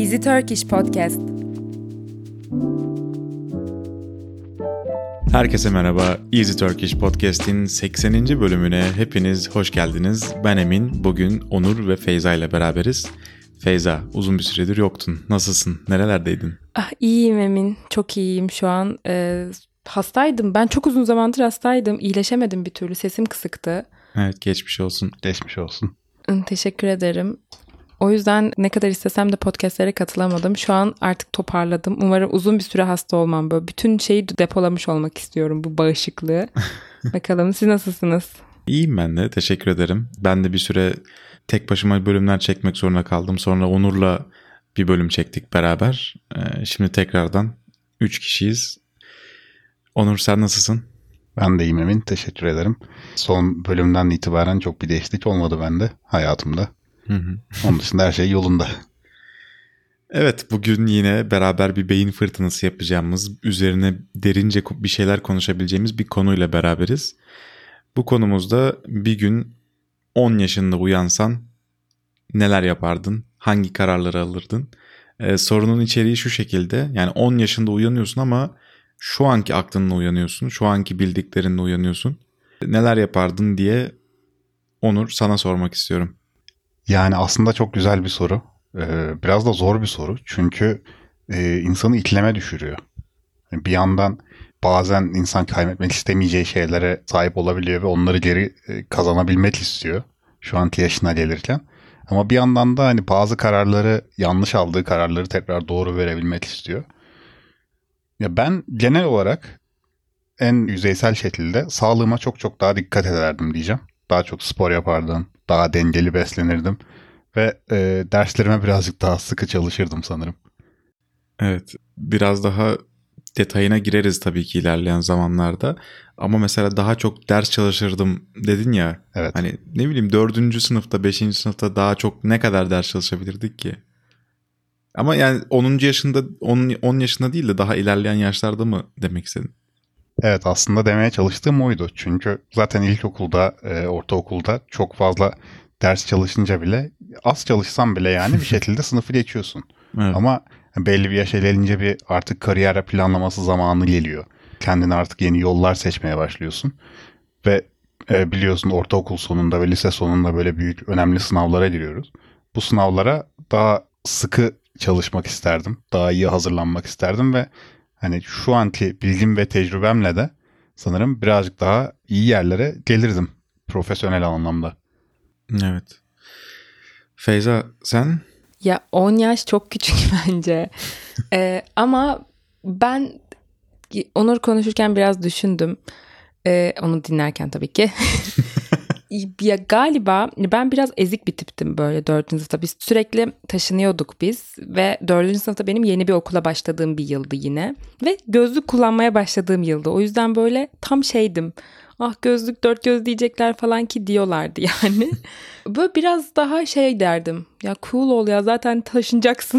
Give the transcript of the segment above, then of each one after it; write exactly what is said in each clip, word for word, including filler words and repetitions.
Easy Turkish Podcast. Herkese merhaba. Easy Turkish Podcast'in sekseninci bölümüne hepiniz hoş geldiniz. Ben Emin. Bugün Onur ve Feyza ile beraberiz. Feyza, uzun bir süredir yoktun. Nasılsın? Nerelerdeydin? Ah, iyiyim Emin. Çok iyiyim şu an. Ee, hastaydım. Ben çok uzun zamandır hastaydım. İyileşemedim bir türlü. Sesim kısıktı. Evet, geçmiş olsun. Geçmiş olsun. Teşekkür ederim. O yüzden ne kadar istesem de podcastlere katılamadım. Şu an artık toparladım. Umarım uzun bir süre hasta olmam. Böyle bütün şeyi depolamış olmak istiyorum, bu bağışıklığı. Bakalım siz nasılsınız? İyiyim ben de. Teşekkür ederim. Ben de bir süre tek başıma bölümler çekmek zorunda kaldım. Sonra Onur'la bir bölüm çektik beraber. Ee, şimdi tekrardan üç kişiyiz. Onur, sen nasılsın? Ben de iyiyim Emin. Teşekkür ederim. Son bölümden itibaren çok bir değişiklik olmadı bende hayatımda. Hı hı. Onun dışında her şey yolunda. Evet, bugün yine beraber bir beyin fırtınası yapacağımız, üzerine derince bir şeyler konuşabileceğimiz bir konuyla beraberiz. Bu konumuzda bir gün on yaşında uyansan neler yapardın? Hangi kararları alırdın? Ee, sorunun içeriği şu şekilde. Yani on yaşında uyanıyorsun ama şu anki aklınla uyanıyorsun. Şu anki bildiklerinle uyanıyorsun. Neler yapardın diye Onur, sana sormak istiyorum. Yani aslında çok güzel bir soru. Ee, biraz da zor bir soru. Çünkü e, insanı ikileme düşürüyor. Bir yandan bazen insan kaybetmek istemeyeceği şeylere sahip olabiliyor ve onları geri e, kazanabilmek istiyor. Şu anki yaşına gelirken. Ama bir yandan da hani bazı kararları, yanlış aldığı kararları tekrar doğru verebilmek istiyor. Ya ben genel olarak en yüzeysel şekilde sağlığıma çok çok daha dikkat ederdim diyeceğim. Daha çok spor yapardım, daha dengeli beslenirdim ve e, derslerime birazcık daha sıkı çalışırdım sanırım. Evet, biraz daha detayına gireriz tabii ki ilerleyen zamanlarda. Ama mesela daha çok ders çalışırdım dedin ya. Evet. Hani ne bileyim dördüncü sınıfta, beşinci sınıfta daha çok ne kadar ders çalışabilirdik ki? Ama yani onuncu yaşında, on yaşında değil de daha ilerleyen yaşlarda mı demek istedin? Evet, aslında demeye çalıştığım oydu. Çünkü zaten ilkokulda, e, ortaokulda çok fazla ders çalışınca bile, az çalışsam bile yani bir şekilde sınıfı geçiyorsun. Evet. Ama belli bir yaşa gelince bir artık kariyer planlaması zamanı geliyor. Kendine artık yeni yollar seçmeye başlıyorsun. Ve e, biliyorsun ortaokul sonunda ve lise sonunda böyle büyük önemli sınavlara giriyoruz. Bu sınavlara daha sıkı çalışmak isterdim. Daha iyi hazırlanmak isterdim ve hani şu anki bilgim ve tecrübemle de sanırım birazcık daha iyi yerlere gelirdim profesyonel anlamda. Evet. Feyza, sen? Ya on yaş çok küçük bence. ee, ama ben Onur konuşurken biraz düşündüm. Ee, onu dinlerken tabii ki. Ya galiba ben biraz ezik bir tiptim böyle dördüncü sınıfta. Biz sürekli taşınıyorduk biz ve dördüncü sınıfta benim yeni bir okula başladığım bir yıldı yine. Ve gözlük kullanmaya başladığım yıldı. O yüzden böyle tam şeydim. Ah gözlük dört göz diyecekler falan ki diyorlardı yani. Böyle biraz daha şey derdim. Ya cool ol ya, zaten taşınacaksın.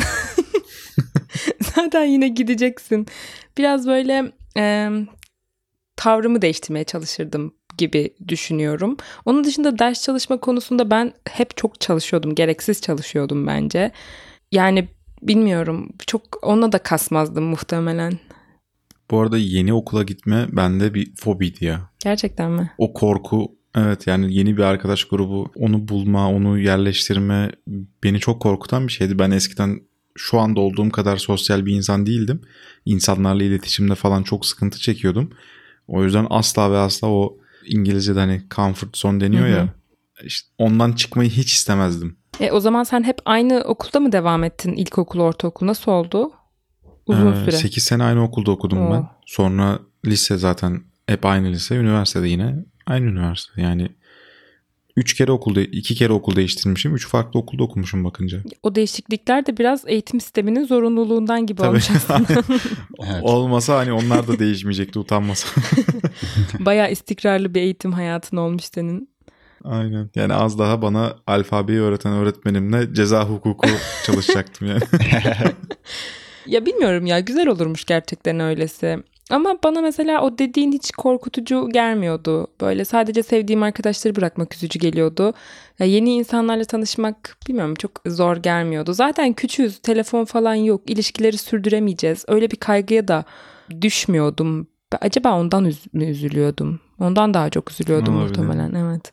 Zaten yine gideceksin. Biraz böyle e, tavrımı değiştirmeye çalışırdım gibi düşünüyorum. Onun dışında ders çalışma konusunda ben hep çok çalışıyordum. Gereksiz çalışıyordum bence. Yani bilmiyorum, çok ona da kasmazdım muhtemelen. Bu arada yeni okula gitme bende bir fobiydi ya. Gerçekten mi? O korku, evet, yani yeni bir arkadaş grubu, onu bulma, onu yerleştirme beni çok korkutan bir şeydi. Ben eskiden şu anda olduğum kadar sosyal bir insan değildim. İnsanlarla iletişimde falan çok sıkıntı çekiyordum. O yüzden asla ve asla o İngilizce'de hani comfort zone deniyor, hı hı, ya. İşte ondan çıkmayı hiç istemezdim. E, o zaman sen hep aynı okulda mı devam ettin? İlkokul, ortaokul nasıl oldu? Uzun ee, süre. sekiz sene aynı okulda okudum Oo. ben. Sonra lise zaten hep aynı lise. Üniversitede yine aynı üniversite. Yani üç kere okulda, iki kere okul değiştirmişim. Üç farklı okulda okumuşum bakınca. O değişiklikler de biraz eğitim sisteminin zorunluluğundan gibi Tabii. olmuş aslında. Evet. Olmasa hani onlar da değişmeyecekti, utanmasa. Bayağı istikrarlı bir eğitim hayatın olmuş senin. Aynen. Yani az daha bana alfabeyi öğreten öğretmenimle ceza hukuku çalışacaktım yani. Ya bilmiyorum ya, güzel olurmuş gerçekten öylesi. Ama bana mesela o dediğin hiç korkutucu gelmiyordu. Böyle sadece sevdiğim arkadaşları bırakmak üzücü geliyordu. Ya yeni insanlarla tanışmak bilmiyorum çok zor gelmiyordu. Zaten küçüğüz, telefon falan yok, ilişkileri sürdüremeyeceğiz. Öyle bir kaygıya da düşmüyordum. Acaba ondan üz- mü üzülüyordum? Ondan daha çok üzülüyordum Olabilir. muhtemelen, evet.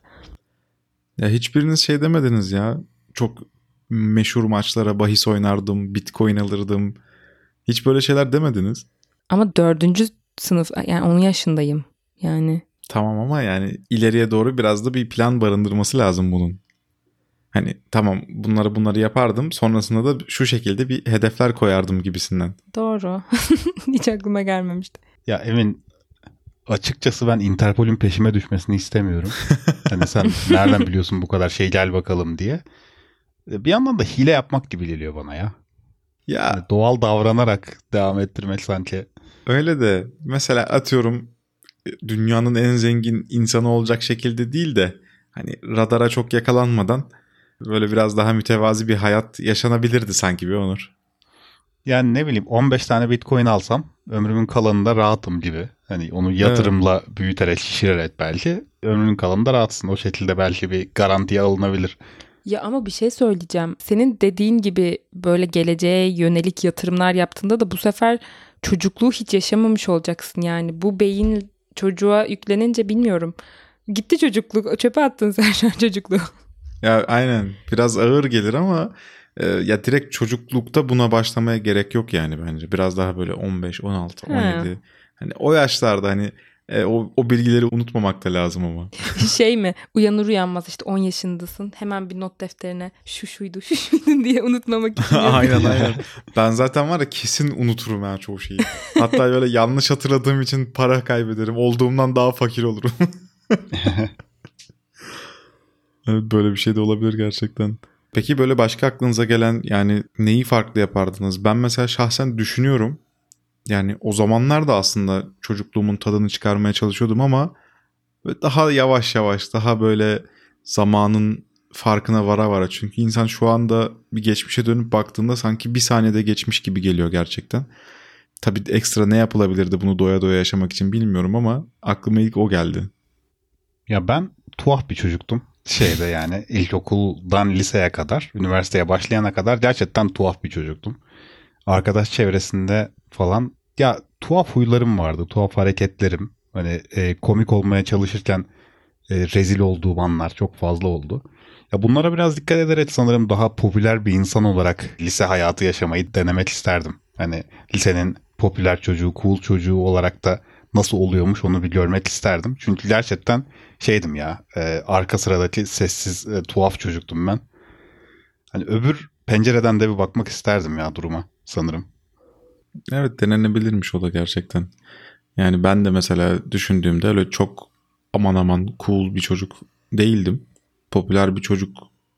Ya hiçbiriniz şey demediniz ya. Çok meşhur maçlara bahis oynardım, Bitcoin alırdım. Hiç böyle şeyler demediniz. Ama dördüncü sınıf, yani on yaşındayım yani. Tamam ama yani ileriye doğru biraz da bir plan barındırması lazım bunun. Hani tamam bunları bunları yapardım, sonrasında da şu şekilde bir hedefler koyardım gibisinden. Doğru. Hiç aklıma gelmemişti. Ya Emin, açıkçası ben Interpol'ün peşime düşmesini istemiyorum. Hani sen nereden biliyorsun bu kadar şey, gel bakalım diye. Bir yandan da hile yapmak gibi geliyor bana ya. Ya Yani doğal davranarak devam ettirmek sanki. öyle de mesela atıyorum dünyanın en zengin insanı olacak şekilde değil de hani radara çok yakalanmadan böyle biraz daha mütevazi bir hayat yaşanabilirdi sanki bir Onur. Yani ne bileyim, on beş tane Bitcoin alsam ömrümün kalanında rahatım gibi. Hani onu yatırımla evet. büyüterek, şişirerek belki ömrünün kalanında rahatsın. O şekilde belki bir garantiye alınabilir. Ya ama bir şey söyleyeceğim. Senin dediğin gibi böyle geleceğe yönelik yatırımlar yaptığında da bu sefer çocukluğu hiç yaşamamış olacaksın. Yani bu beyin çocuğa yüklenince bilmiyorum. Gitti çocukluk. Çöpe attın sen şu an çocukluğu. Ya aynen. Biraz ağır gelir ama e, ya direkt çocuklukta buna başlamaya gerek yok yani bence. Biraz daha böyle on beş, on altı, on yedi. He. Hani o yaşlarda hani E, o, o bilgileri unutmamak da lazım ama. Şey mi? Uyanır uyanmaz işte on yaşındasın. Hemen bir not defterine şu şuydu şu şuydu diye unutmamak için. Aynen aynen. Ben zaten var ya kesin unuturum ha çoğu şeyi. Hatta böyle yanlış hatırladığım için para kaybederim. Olduğumdan daha fakir olurum. Evet, böyle bir şey de olabilir gerçekten. Peki böyle başka aklınıza gelen, yani neyi farklı yapardınız? Ben mesela şahsen düşünüyorum. Yani o zamanlar da aslında çocukluğumun tadını çıkarmaya çalışıyordum ama daha yavaş yavaş, daha böyle zamanın farkına vara vara. Çünkü insan şu anda bir geçmişe dönüp baktığında sanki bir saniyede geçmiş gibi geliyor gerçekten. Tabii ekstra ne yapılabilirdi bunu doya doya yaşamak için bilmiyorum ama aklıma ilk o geldi. Ya ben tuhaf bir çocuktum. Şeyde yani ilkokuldan liseye kadar, üniversiteye başlayana kadar gerçekten tuhaf bir çocuktum. Arkadaş çevresinde falan ya tuhaf huylarım vardı, tuhaf hareketlerim. Hani e, komik olmaya çalışırken e, rezil olduğum anlar çok fazla oldu. Ya bunlara biraz dikkat ederek sanırım daha popüler bir insan olarak lise hayatı yaşamayı denemek isterdim. Hani lisenin popüler çocuğu, cool çocuğu olarak da nasıl oluyormuş onu bir görmek isterdim. Çünkü gerçekten şeydim ya, e, arka sıradaki sessiz, e, tuhaf çocuktum ben. Hani öbür pencereden de bir bakmak isterdim ya duruma sanırım. Evet, denenebilirmiş o da gerçekten. Yani ben de mesela düşündüğümde öyle çok aman aman cool bir çocuk değildim. Popüler bir çocuk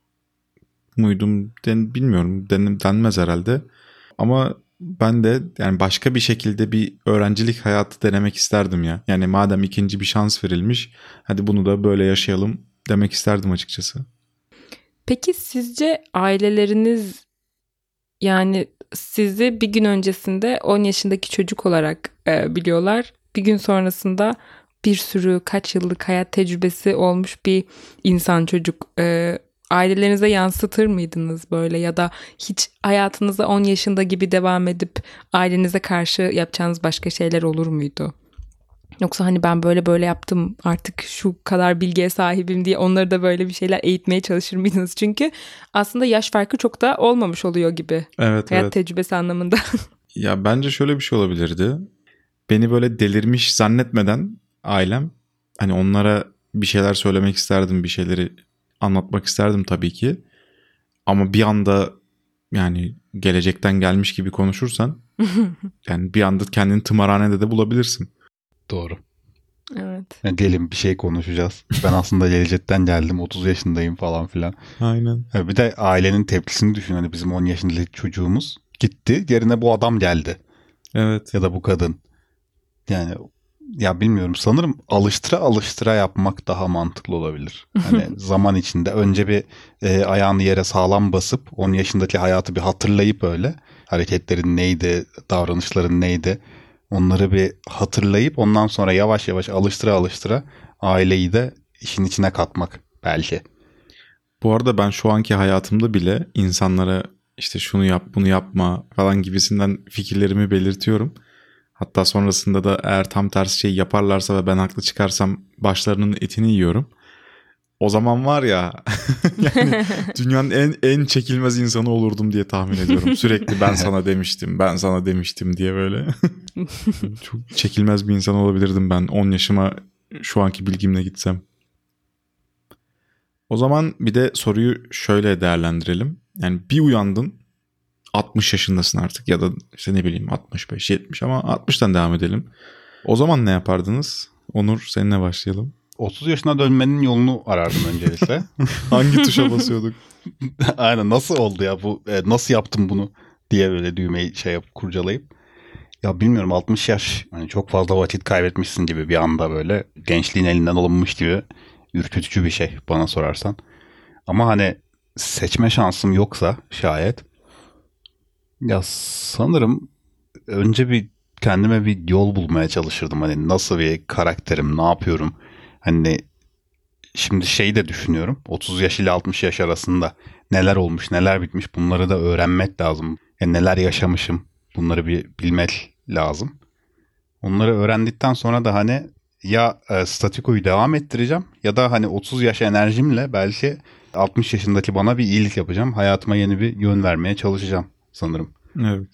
muydum den, bilmiyorum, den, denmez herhalde. Ama ben de yani başka bir şekilde bir öğrencilik hayatı denemek isterdim ya. Yani madem ikinci bir şans verilmiş, hadi bunu da böyle yaşayalım demek isterdim açıkçası. Peki sizce aileleriniz yani sizi bir gün öncesinde on yaşındaki çocuk olarak e, biliyorlar. Bir gün sonrasında bir sürü kaç yıllık hayat tecrübesi olmuş bir insan çocuk. E, ailelerinize yansıtır mıydınız böyle ya da hiç hayatınıza on yaşında gibi devam edip ailenize karşı yapacağınız başka şeyler olur muydu? Yoksa hani ben böyle böyle yaptım artık şu kadar bilgiye sahibim diye onları da böyle bir şeyler eğitmeye çalışır mıydınız? Çünkü aslında yaş farkı çok da olmamış oluyor gibi. Evet, hayat evet. tecrübesi anlamında. Ya bence şöyle bir şey olabilirdi. Beni böyle delirmiş zannetmeden ailem, hani onlara bir şeyler söylemek isterdim, bir şeyleri anlatmak isterdim tabii ki. Ama bir anda yani gelecekten gelmiş gibi konuşursan yani bir anda kendini tımarhanede de bulabilirsin. Doğru. Evet. Yani diyelim bir şey konuşacağız. Ben aslında gelecekten geldim, otuz yaşındayım falan filan. Aynen. Yani bir de ailenin tepkisini düşün. Hani bizim on yaşındaki çocuğumuz gitti. Yerine bu adam geldi. Evet. Ya da bu kadın. Yani ya bilmiyorum, sanırım alıştıra alıştıra yapmak daha mantıklı olabilir. Hani zaman içinde önce bir e, ayağını yere sağlam basıp on yaşındaki hayatı bir hatırlayıp öyle hareketlerin neydi, davranışların neydi, Onları bir hatırlayıp ondan sonra yavaş yavaş alıştıra alıştıra aileyi de işin içine katmak belki. Bu arada ben şu anki hayatımda bile insanlara işte şunu yap bunu yapma falan gibisinden fikirlerimi belirtiyorum. Hatta sonrasında da eğer tam tersi şey yaparlarsa ve ben haklı çıkarsam başlarının etini yiyorum. O zaman var ya yani dünyanın en en çekilmez insanı olurdum diye tahmin ediyorum. Sürekli ben sana demiştim, ben sana demiştim diye böyle. Çok çekilmez bir insan olabilirdim ben on yaşıma şu anki bilgimle gitsem. O zaman bir de soruyu şöyle değerlendirelim. Yani bir uyandın altmış yaşındasın artık ya da işte ne bileyim altmış beş yetmiş ama altmıştan devam edelim. O zaman ne yapardınız? Onur seninle başlayalım. otuz yaşına dönmenin yolunu arardım öncelikle. Hangi tuşa basıyorduk? Aynen nasıl oldu ya bu e, nasıl yaptım bunu diye böyle düğmeyi şey yapıp kurcalayıp. Ya bilmiyorum altmış yaş hani çok fazla vakit kaybetmişsin gibi bir anda böyle gençliğin elinden alınmış gibi ürkütücü bir şey bana sorarsan. Ama hani seçme şansım yoksa şayet ya sanırım önce bir kendime bir yol bulmaya çalışırdım. Hani nasıl bir karakterim, ne yapıyorum? Hani şimdi şeyi de düşünüyorum. otuz yaş ile altmış yaş arasında neler olmuş, neler bitmiş bunları da öğrenmek lazım. Yani neler yaşamışım bunları bir bilmek lazım. Onları öğrendikten sonra da hani ya e, statikoyu devam ettireceğim ya da hani otuz yaş enerjimle belki altmış yaşındaki bana bir iyilik yapacağım. Hayatıma yeni bir yön vermeye çalışacağım sanırım. Evet.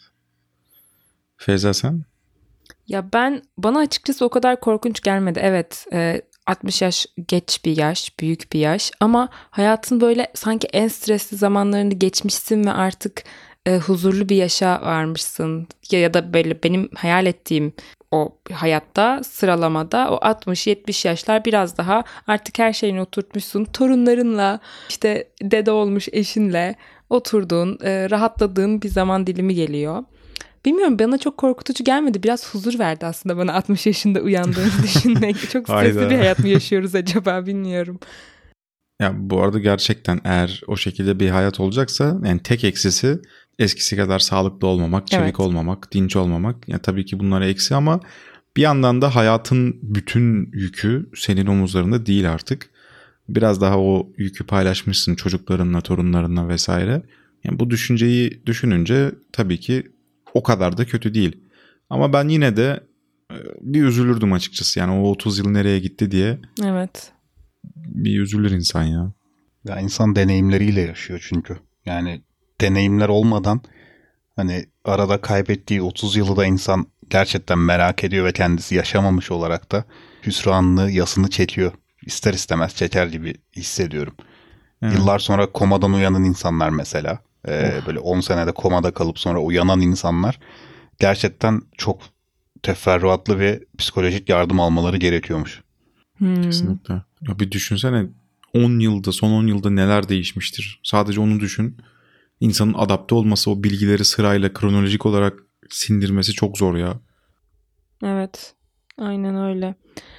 Feyza sen? Ya ben bana açıkçası o kadar korkunç gelmedi. Evet, e, altmış yaş geç bir yaş, büyük bir yaş ama hayatın böyle sanki en stresli zamanlarını geçmişsin ve artık e, huzurlu bir yaşa varmışsın. Ya, ya da böyle benim hayal ettiğim o hayatta sıralamada o altmış yetmiş yaşlar biraz daha artık her şeyini oturtmuşsun. Torunlarınla işte dede olmuş eşinle oturduğun, e, rahatladığın bir zaman dilimi geliyor. Bilmiyorum bana çok korkutucu gelmedi. Biraz huzur verdi aslında bana altmış yaşında uyandığımı düşünmek. Çok stresli bir hayat mı yaşıyoruz acaba bilmiyorum. Ya bu arada gerçekten eğer o şekilde bir hayat olacaksa yani tek eksisi eskisi kadar sağlıklı olmamak, çevik evet. olmamak, dinç olmamak. Ya tabii ki bunlar eksi ama bir yandan da hayatın bütün yükü senin omuzlarında değil artık. Biraz daha o yükü paylaşmışsın çocuklarınla, torunlarınla vesaire. Yani bu düşünceyi düşününce tabii ki o kadar da kötü değil. Ama ben yine de bir üzülürdüm açıkçası. Yani o otuz yıl nereye gitti diye. Evet. Bir üzülür insan ya. Ya insan deneyimleriyle yaşıyor çünkü. Yani deneyimler olmadan hani arada kaybettiği otuz yılı da insan gerçekten merak ediyor ve kendisi yaşamamış olarak da hüsranını, yasını çekiyor. İster istemez çeker gibi hissediyorum. Evet. Yıllar sonra komadan uyanan insanlar mesela. Ee, böyle on senede komada kalıp sonra uyanan insanlar gerçekten çok teferruatlı ve psikolojik yardım almaları gerekiyormuş. Hmm. Kesinlikle. Ya bir düşünsene on yılda son on yılda neler değişmiştir. Sadece onu düşün. İnsanın adapte olması, o bilgileri sırayla kronolojik olarak sindirmesi çok zor ya. Evet. Aynen öyle.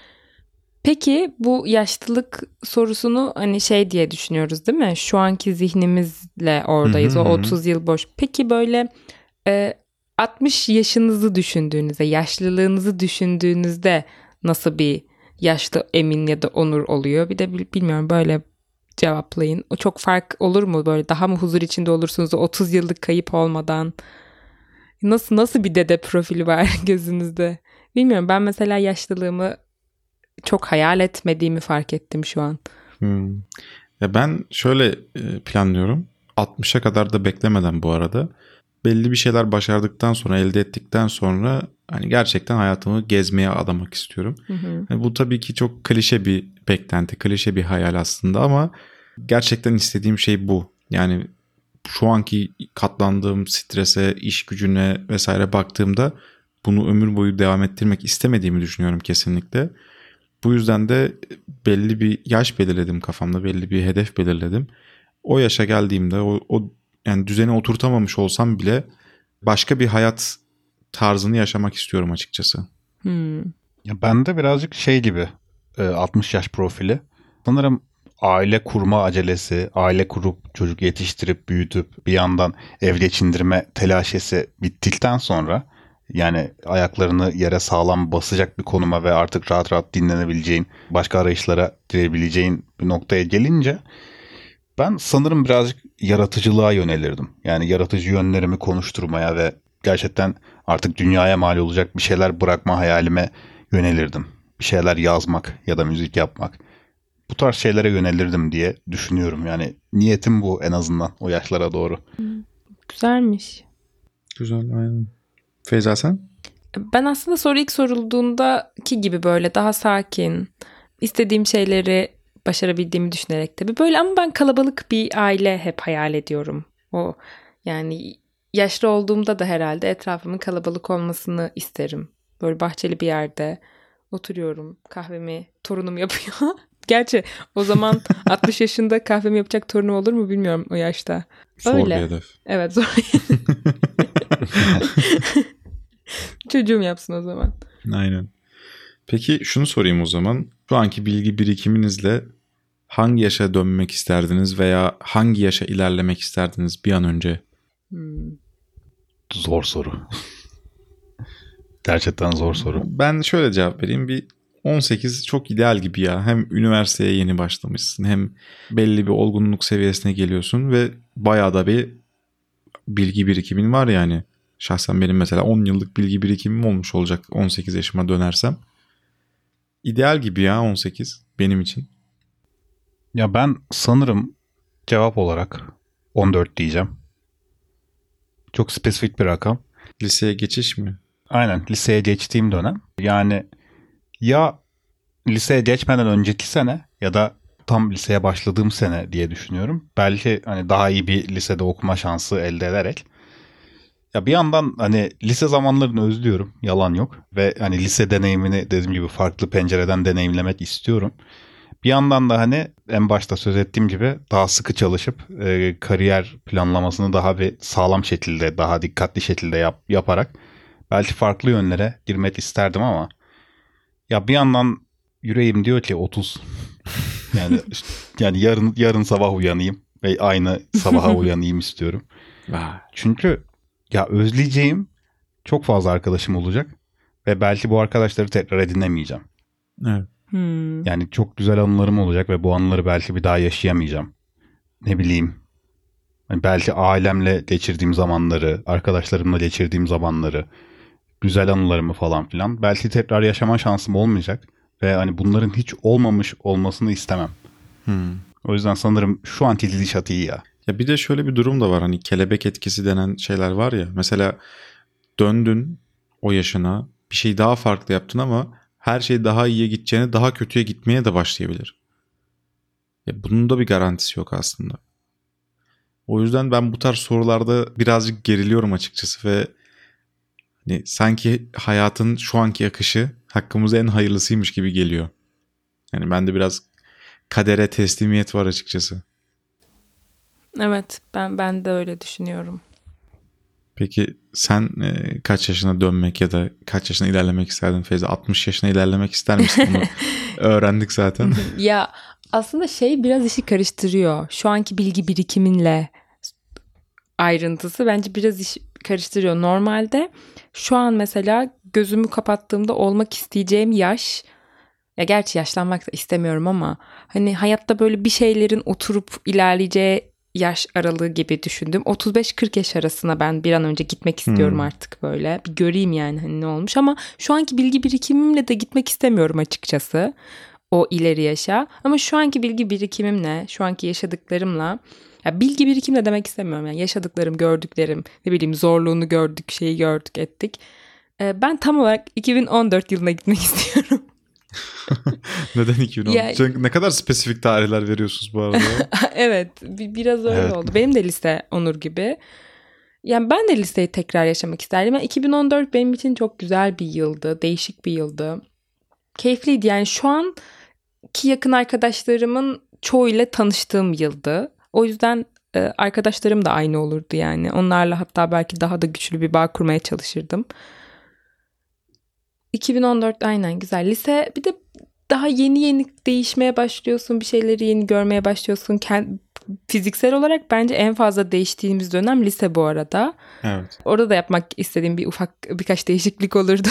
Peki bu yaşlılık sorusunu hani şey diye düşünüyoruz değil mi? Şu anki zihnimizle oradayız. Hı hı, o otuz hı. yıl boş. Peki böyle e, altmış yaşınızı düşündüğünüzde, yaşlılığınızı düşündüğünüzde nasıl bir yaşlı Emin ya da Onur oluyor? Bir de bilmiyorum böyle cevaplayın. O çok fark olur mu? Böyle daha mı huzur içinde olursunuz o otuz yıllık kayıp olmadan? Nasıl nasıl bir dede profili var gözünüzde? Bilmiyorum. Ben mesela yaşlılığımı çok hayal etmediğimi fark ettim şu an. Hmm. Ya ben şöyle planlıyorum. altmışa kadar da beklemeden bu arada. Belli bir şeyler başardıktan sonra, elde ettikten sonra hani gerçekten hayatımı gezmeye adamak istiyorum. Hı hı. Yani bu tabii ki çok klişe bir beklenti, klişe bir hayal aslında ama gerçekten istediğim şey bu. Yani şu anki katlandığım strese, iş gücüne vesaire baktığımda bunu ömür boyu devam ettirmek istemediğimi düşünüyorum kesinlikle. Bu yüzden de belli bir yaş belirledim kafamda, belli bir hedef belirledim. O yaşa geldiğimde o, o yani düzene oturtamamış olsam bile başka bir hayat tarzını yaşamak istiyorum açıkçası. Hmm. Ya ben de birazcık şey gibi altmış yaş profili. Sanırım aile kurma acelesi, aile kurup çocuk yetiştirip büyütüp bir yandan ev geçindirme telaşesi bittikten sonra Yani ayaklarını yere sağlam basacak bir konuma ve artık rahat rahat dinlenebileceğin, başka arayışlara girebileceğin bir noktaya gelince ben sanırım birazcık yaratıcılığa yönelirdim. Yani yaratıcı yönlerimi konuşturmaya ve gerçekten artık dünyaya mal olacak bir şeyler bırakma hayalime yönelirdim. Bir şeyler yazmak ya da müzik yapmak. Bu tarz şeylere yönelirdim diye düşünüyorum. Yani niyetim bu en azından o yaşlara doğru. Güzelmiş. Güzel, aynen. Feyza sen? Ben aslında soru ilk sorulduğundaki gibi böyle daha sakin, istediğim şeyleri başarabildiğimi düşünerek tabii böyle, ama ben kalabalık bir aile hep hayal ediyorum. O yani yaşlı olduğumda da herhalde etrafımın kalabalık olmasını isterim. Böyle bahçeli bir yerde oturuyorum, kahvemi torunum yapıyor. Gerçi o zaman altmış yaşında kahvemi yapacak torunum olur mu bilmiyorum o yaşta. Zor Öyle. bir hedef. Evet, zor. Çocuğum yapsın o zaman. Aynen. Peki şunu sorayım o zaman. Şu anki bilgi birikiminizle hangi yaşa dönmek isterdiniz veya hangi yaşa ilerlemek isterdiniz bir an önce? Hmm. Zor soru. Gerçekten zor soru. Ben şöyle cevap vereyim. Bir on sekiz çok ideal gibi ya. Hem üniversiteye yeni başlamışsın, hem belli bir olgunluk seviyesine geliyorsun ve bayağı da bir bilgi birikimin var yani. Şahsen benim mesela on yıllık bilgi birikimim olmuş olacak on sekiz yaşıma dönersem. İdeal gibi ya on sekiz benim için. Ya ben sanırım cevap olarak on dört diyeceğim. Çok spesifik bir rakam. Liseye geçiş mi? Aynen, liseye geçtiğim dönem. Yani ya liseye geçmeden önceki sene ya da tam liseye başladığım sene diye düşünüyorum. Belki hani daha iyi bir lisede okuma şansı elde ederek. Ya bir yandan hani lise zamanlarını özlüyorum. Yalan yok. Ve hani lise deneyimini dediğim gibi farklı pencereden deneyimlemek istiyorum. Bir yandan da hani en başta söz ettiğim gibi daha sıkı çalışıp e, kariyer planlamasını daha bir sağlam şekilde, daha dikkatli şekilde yap, yaparak belki farklı yönlere girmek isterdim ama ya bir yandan yüreğim diyor ki otuz. Yani yani yarın yarın sabah uyanayım ve aynı sabaha uyanayım istiyorum. Çünkü ya özleyeceğim çok fazla arkadaşım olacak ve belki bu arkadaşları tekrar edinemeyeceğim. Evet. Hmm. Yani çok güzel anılarım olacak ve bu anıları belki bir daha yaşayamayacağım. Ne bileyim. Yani belki ailemle geçirdiğim zamanları, arkadaşlarımla geçirdiğim zamanları, güzel anılarımı falan filan belki tekrar yaşama şansım olmayacak ve hani bunların hiç olmamış olmasını istemem. Hmm. O yüzden sanırım şu anki gidişat iyi ya. Ya bir de şöyle bir durum da var, hani kelebek etkisi denen şeyler var ya. Mesela döndün o yaşına, bir şey daha farklı yaptın ama her şey daha iyiye gideceğine, daha kötüye gitmeye de başlayabilir. Ya bunun da bir garantisi yok aslında. O yüzden ben bu tarz sorularda birazcık geriliyorum açıkçası ve hani sanki hayatın şu anki akışı hakkımızda en hayırlısıymış gibi geliyor. Yani bende biraz kadere teslimiyet var açıkçası. Evet, ben ben de öyle düşünüyorum. Peki sen e, kaç yaşına dönmek ya da kaç yaşına ilerlemek isterdin Feyza? altmış yaşına ilerlemek ister misin? Onu öğrendik zaten. Ya aslında şey biraz işi karıştırıyor. Şu anki bilgi birikiminle ayrıntısı bence biraz iş karıştırıyor. Normalde şu an mesela gözümü kapattığımda olmak isteyeceğim yaş, ya gerçi yaşlanmak da istemiyorum ama hani hayatta böyle bir şeylerin oturup ilerleyeceği yaş aralığı gibi düşündüm. otuz beş kırk yaş arasına ben bir an önce gitmek istiyorum Hmm. artık böyle. Bir göreyim yani hani ne olmuş, ama şu anki bilgi birikimimle de gitmek istemiyorum açıkçası o ileri yaşa. Ama şu anki bilgi birikimimle, şu anki yaşadıklarımla, ya bilgi birikimle demek istemiyorum yani yaşadıklarım, gördüklerim, ne bileyim zorluğunu gördük, şeyi gördük, ettik. Ee, ben tam olarak iki bin on dört yılına gitmek istiyorum. Neden iki bin on? Ya- Sen ne kadar spesifik tarihler veriyorsunuz bu arada ya? Evet, bi- biraz öyle Evet. oldu. Benim de lise Onur gibi. Yani ben de liseyi tekrar yaşamak isterdim. Yani iki bin on dört benim için çok güzel bir yıldı, değişik bir yıldı. Keyifliydi yani, şu anki yakın arkadaşlarımın çoğuyla tanıştığım yıldı. O yüzden e, arkadaşlarım da aynı olurdu yani. Onlarla hatta belki daha da güçlü bir bağ kurmaya çalışırdım. iki bin on dört aynen güzel. Lise bir de daha yeni yeni değişmeye başlıyorsun. Bir şeyleri yeni görmeye başlıyorsun. Fiziksel olarak bence en fazla değiştiğimiz dönem lise bu arada. Evet. Orada da yapmak istediğim bir ufak birkaç değişiklik olurdu.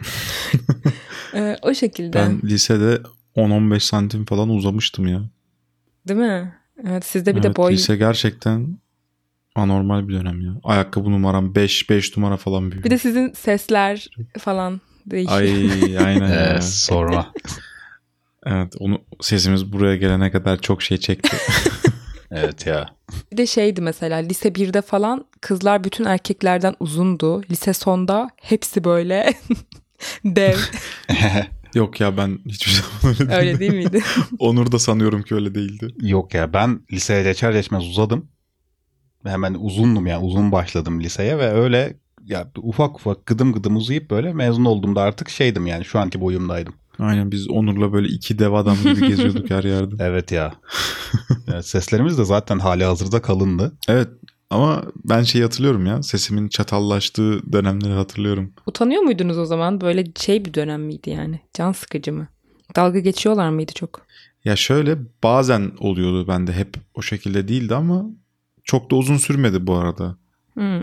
ee, o şekilde. Ben lisede on on beş santim falan uzamıştım ya. Değil mi? Evet, sizde bir evet, de boy. Lise gerçekten anormal bir dönem ya. Ayakkabı numaram beş beş numara falan büyüyor. Bir de sizin sesler falan değişiyor. Ay aynen ya. Evet, sorma. Evet, onu sesimiz buraya gelene kadar çok şey çekti. Evet ya. Bir de şeydi mesela lise birde falan kızlar bütün erkeklerden uzundu. Lise sonda hepsi böyle dev. Yok ya, ben hiçbir zaman öyle değildim. Öyle değil miydi? Onur da sanıyorum ki öyle değildi. Yok ya, ben liseye geçer geçmez uzadım. Hemen uzundum yani, uzun başladım liseye ve öyle ya ufak ufak gıdım gıdım uzayıp böyle mezun olduğumda artık şeydim yani, şu anki boyumdaydım. Aynen, biz Onur'la böyle iki dev adam gibi geziyorduk her yerde. Evet ya. Yani seslerimiz de zaten hali hazırda kalındı. Evet ama ben şeyi hatırlıyorum ya, sesimin çatallaştığı dönemleri hatırlıyorum. Utanıyor muydunuz o zaman? Böyle şey bir dönem miydi yani? Can sıkıcı mı? Dalga geçiyorlar mıydı çok? Ya şöyle, bazen oluyordu bende, hep o şekilde değildi ama çok da uzun sürmedi bu arada. Hmm.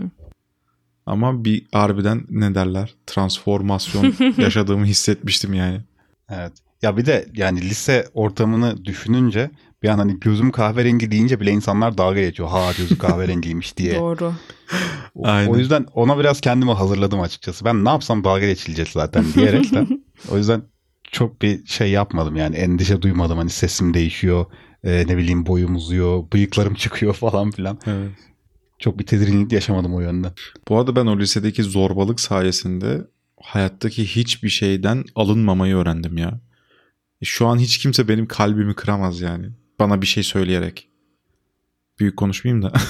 Ama bir harbiden ne derler, transformasyon yaşadığımı hissetmiştim yani. Evet. Ya bir de yani lise ortamını düşününce bir an hani gözüm kahverengi deyince bile insanlar dalga geçiyor. Ha, gözü kahverengiymiş diye. Doğru. O, Aynen. o yüzden ona biraz kendimi hazırladım açıkçası. Ben ne yapsam dalga geçilecek zaten diyerek de. O yüzden çok bir şey yapmadım yani, endişe duymadım. Hani sesim değişiyor, e, ne bileyim boyum uzuyor, bıyıklarım çıkıyor falan filan. Evet. Çok bir tedirginlik yaşamadım o yönden. Bu arada ben o lisedeki zorbalık sayesinde hayattaki hiçbir şeyden alınmamayı öğrendim ya. Şu an hiç kimse benim kalbimi kıramaz yani. Bana bir şey söyleyerek. Büyük konuşmayayım da.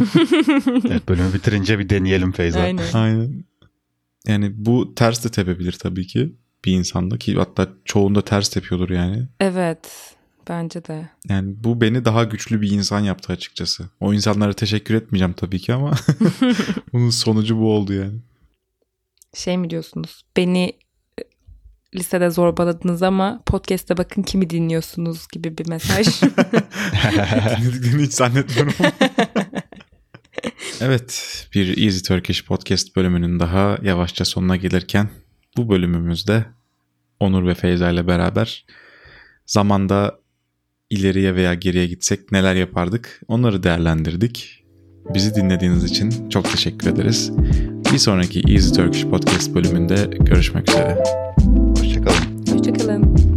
Evet, bölümü bitirince bir deneyelim Feyza. Aynen. Aynen. Yani bu ters de tepebilir tabii ki bir insanda, ki hatta çoğunda ters tepiyordur yani. Evet. Bence de. Yani bu beni daha güçlü bir insan yaptı açıkçası. O insanlara teşekkür etmeyeceğim tabii ki ama bunun sonucu bu oldu yani. Şey mi diyorsunuz? Beni lisede zorbaladınız ama podcast'te bakın kimi dinliyorsunuz gibi bir mesaj. Dinlediklerini hiç zannetmiyorum. Evet, bir Easy Turkish Podcast bölümünün daha yavaşça sonuna gelirken bu bölümümüzde Onur ve Feyza ile beraber zamanda ileriye veya geriye gitsek neler yapardık, onları değerlendirdik. Bizi dinlediğiniz için çok teşekkür ederiz. Bir sonraki Easy Turkish Podcast bölümünde görüşmek üzere. Hoşçakalın. Hoşçakalın.